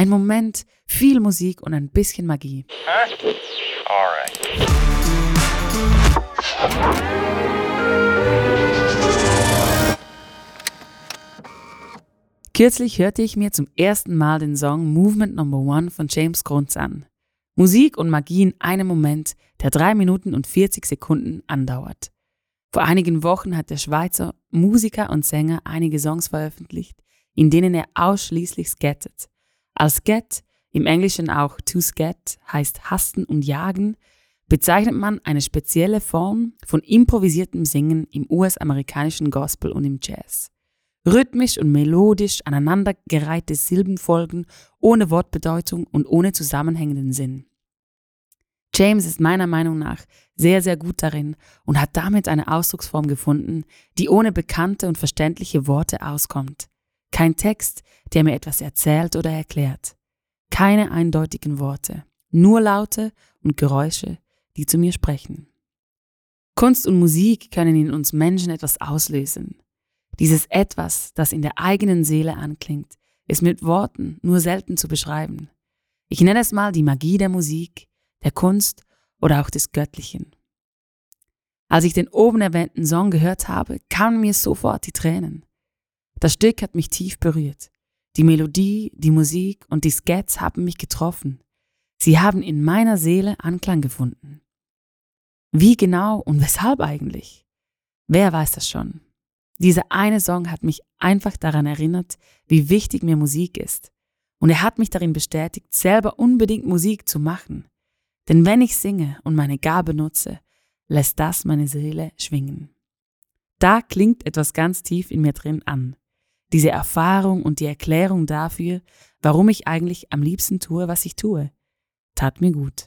Ein Moment, viel Musik und ein bisschen Magie. Alright. Kürzlich hörte ich mir zum ersten Mal den Song Movement No. 1 von James Grunz an. Musik und Magie in einem Moment, der 3 Minuten und 40 Sekunden andauert. Vor einigen Wochen hat der Schweizer Musiker und Sänger einige Songs veröffentlicht, in denen er ausschließlich skattet. Als Skat, im Englischen auch to scat, heißt hasten und jagen, bezeichnet man eine spezielle Form von improvisiertem Singen im US-amerikanischen Gospel und im Jazz. Rhythmisch und melodisch aneinandergereihte Silbenfolgen ohne Wortbedeutung und ohne zusammenhängenden Sinn. James ist meiner Meinung nach sehr, sehr gut darin und hat damit eine Ausdrucksform gefunden, die ohne bekannte und verständliche Worte auskommt. Kein Text, der mir etwas erzählt oder erklärt. Keine eindeutigen Worte, nur Laute und Geräusche, die zu mir sprechen. Kunst und Musik können in uns Menschen etwas auslösen. Dieses Etwas, das in der eigenen Seele anklingt, ist mit Worten nur selten zu beschreiben. Ich nenne es mal die Magie der Musik, der Kunst oder auch des Göttlichen. Als ich den oben erwähnten Song gehört habe, kamen mir sofort die Tränen. Das Stück hat mich tief berührt. Die Melodie, die Musik und die Skats haben mich getroffen. Sie haben in meiner Seele Anklang gefunden. Wie genau und weshalb eigentlich? Wer weiß das schon? Dieser eine Song hat mich einfach daran erinnert, wie wichtig mir Musik ist. Und er hat mich darin bestätigt, selber unbedingt Musik zu machen. Denn wenn ich singe und meine Gabe nutze, lässt das meine Seele schwingen. Da klingt etwas ganz tief in mir drin an. Diese Erfahrung und die Erklärung dafür, warum ich eigentlich am liebsten tue, was ich tue, tat mir gut.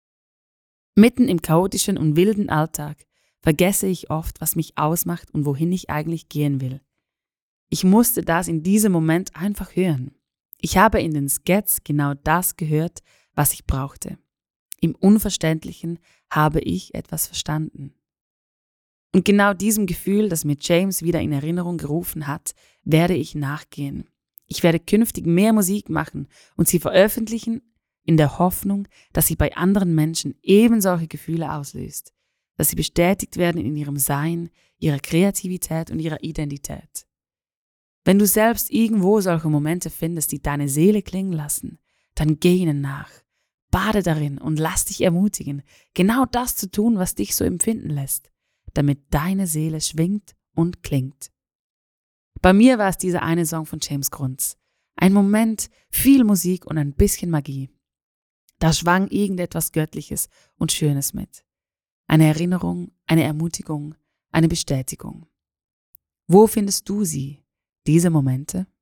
Mitten im chaotischen und wilden Alltag vergesse ich oft, was mich ausmacht und wohin ich eigentlich gehen will. Ich musste das in diesem Moment einfach hören. Ich habe in den Skats genau das gehört, was ich brauchte. Im Unverständlichen habe ich etwas verstanden. Und genau diesem Gefühl, das mir James wieder in Erinnerung gerufen hat, werde ich nachgehen. Ich werde künftig mehr Musik machen und sie veröffentlichen in der Hoffnung, dass sie bei anderen Menschen eben solche Gefühle auslöst, dass sie bestätigt werden in ihrem Sein, ihrer Kreativität und ihrer Identität. Wenn du selbst irgendwo solche Momente findest, die deine Seele klingen lassen, dann geh ihnen nach. Bade darin und lass dich ermutigen, genau das zu tun, was dich so empfinden lässt, damit deine Seele schwingt und klingt. Bei mir war es dieser eine Song von James Grunz. Ein Moment, viel Musik und ein bisschen Magie. Da schwang irgendetwas Göttliches und Schönes mit. Eine Erinnerung, eine Ermutigung, eine Bestätigung. Wo findest du sie, diese Momente?